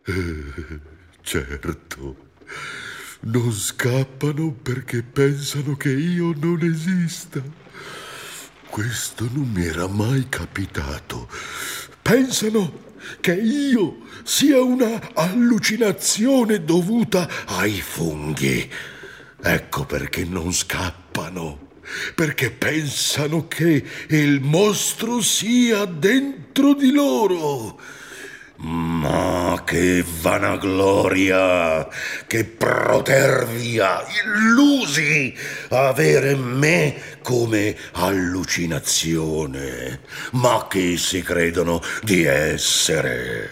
Certo, non scappano perché pensano che io non esista. Questo non mi era mai capitato. Pensano che io sia una allucinazione dovuta ai funghi. Ecco perché non scappano. Perché pensano che il mostro sia dentro di loro. Ma che vanagloria, che protervia, illusi avere me come allucinazione. Ma chi si credono di essere?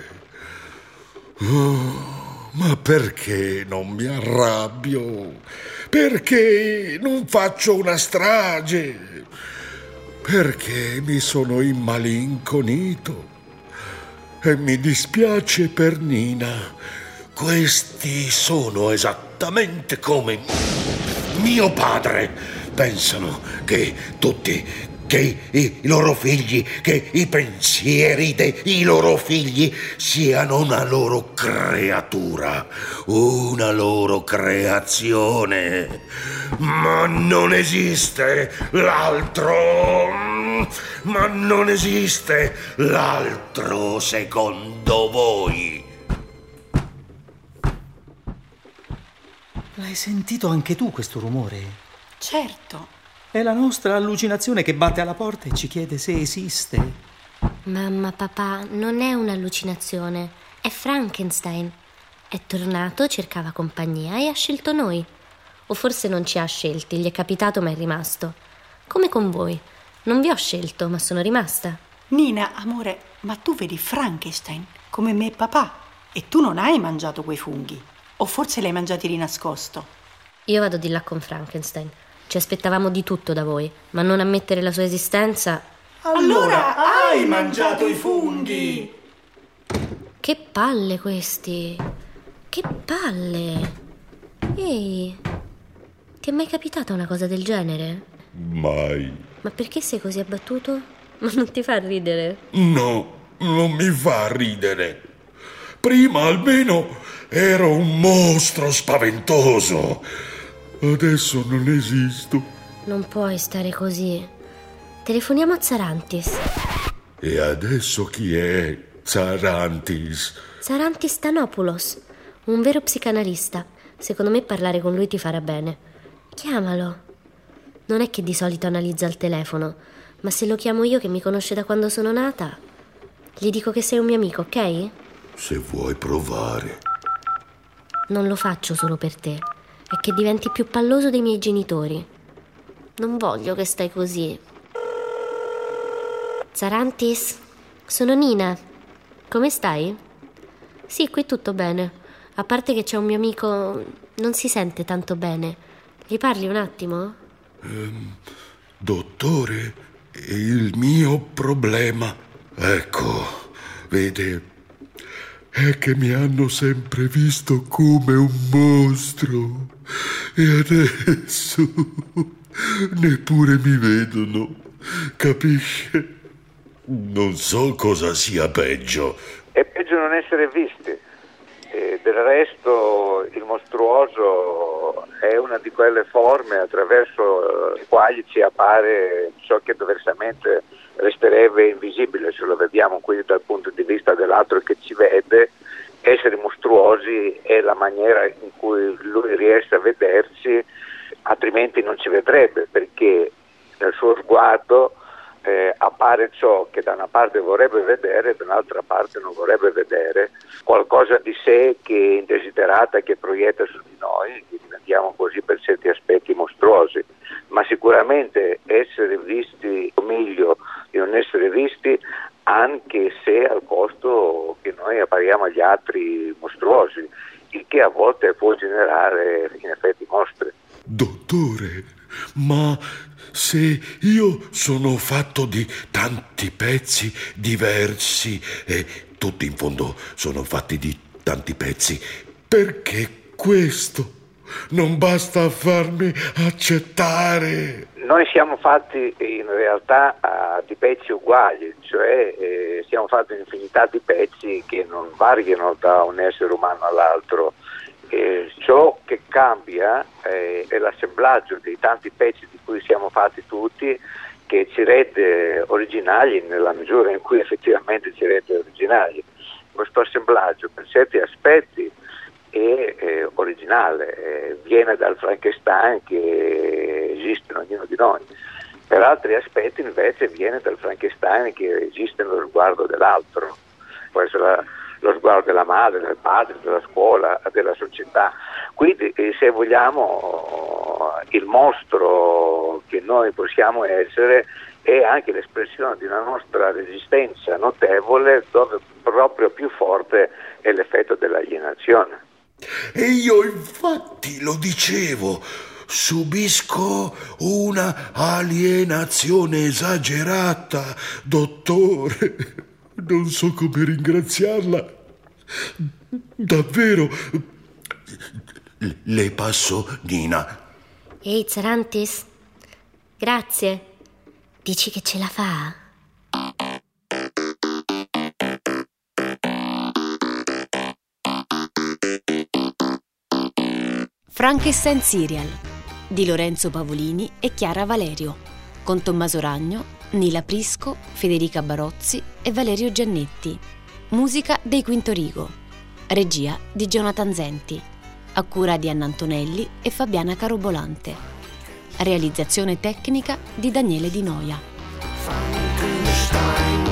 Oh, ma perché non mi arrabbio? Perché non faccio una strage? Perché mi sono immalinconito? E mi dispiace per Nina. Questi sono esattamente come mio padre. Pensano che i loro figli, che i pensieri dei loro figli siano una loro creatura, una loro creazione. Ma non esiste l'altro. Ma non esiste l'altro secondo voi. L'hai sentito anche tu questo rumore? Certo. È la nostra allucinazione che batte alla porta e ci chiede se esiste. Mamma, papà, non è un'allucinazione, è Frankenstein. È tornato, cercava compagnia e ha scelto noi. O forse non ci ha scelti, gli è capitato ma è rimasto. Come con voi. Non vi ho scelto, ma sono rimasta. Nina, amore, ma tu vedi Frankenstein come me e papà e tu non hai mangiato quei funghi. O forse li hai mangiati di nascosto. Io vado di là con Frankenstein. Ci aspettavamo di tutto da voi, ma non ammettere la sua esistenza... Allora hai mangiato i funghi! Che palle questi! Che palle! Ehi, ti è mai capitata una cosa del genere? Mai. Ma perché sei così abbattuto? Ma non ti fa ridere? No, non mi fa ridere. Prima almeno ero un mostro spaventoso. Adesso non esisto. Non puoi stare così. Telefoniamo a Zarantis. E adesso chi è Zarantis? Zarantis Stanopoulos, un vero psicanalista. Secondo me parlare con lui ti farà bene. Chiamalo. Non è che di solito analizza il telefono, ma se lo chiamo io che mi conosce da quando sono nata, gli dico che sei un mio amico, ok? Se vuoi provare. Non lo faccio solo per te. È che diventi più palloso dei miei genitori. Non voglio che stai così. Zarantis, sono Nina. Come stai? Sì, qui tutto bene. A parte che c'è un mio amico, non si sente tanto bene. Gli parli un attimo? Dottore, il mio problema, ecco, vede, è che mi hanno sempre visto come un mostro e adesso neppure mi vedono, capisce? Non so cosa sia peggio. È peggio non essere visti. Del resto il mostruoso è una di quelle forme attraverso le quali ci appare ciò che diversamente resterebbe invisibile se lo vediamo quindi dal punto di vista dell'altro che ci vede. Essere mostruosi è la maniera in cui lui riesce a vederci, altrimenti non ci vedrebbe, perché nel suo sguardo appare ciò che da una parte vorrebbe vedere e da un'altra parte non vorrebbe vedere, qualcosa di sé che è indesiderata, che proietta su di noi, che diventiamo così per certi aspetti mostruosi, ma sicuramente essere visti o meglio di non essere visti, anche se al costo che noi appariamo agli altri mostruosi, il che a volte può generare in effetti mostri. Dottore, ma se io sono fatto di tanti pezzi diversi e tutti in fondo sono fatti di tanti pezzi, perché questo? Non basta farmi accettare. Noi siamo fatti in realtà di pezzi uguali, cioè siamo fatti un'infinità di pezzi che non variano da un essere umano all'altro. Ciò che cambia è l'assemblaggio dei tanti pezzi di cui siamo fatti tutti, che ci rende originali nella misura in cui effettivamente ci rende originali. Questo assemblaggio per certi aspetti è originale, viene dal Frankenstein che esiste in ognuno di noi. Per altri aspetti invece viene dal Frankenstein che esiste nello sguardo dell'altro, può essere lo sguardo della madre, del padre, della scuola, della società. Quindi se vogliamo il mostro che noi possiamo essere è anche l'espressione di una nostra resistenza notevole, dove proprio più forte è l'effetto dell'alienazione. E io infatti lo dicevo, subisco una alienazione esagerata, dottore. Non so come ringraziarla. Davvero. Le passo Nina. Ehi, Zarantis, grazie. Dici che ce la fa? Frankenstein Serial di Lorenzo Pavolini e Chiara Valerio, con Tommaso Ragno, Nila Prisco, Federica Barozzi e Valerio Giannetti. Musica dei Quinto Rigo. Regia di Jonathan Zenti. A cura di Anna Antonelli e Fabiana Carobolante. Realizzazione tecnica di Daniele Di Noia.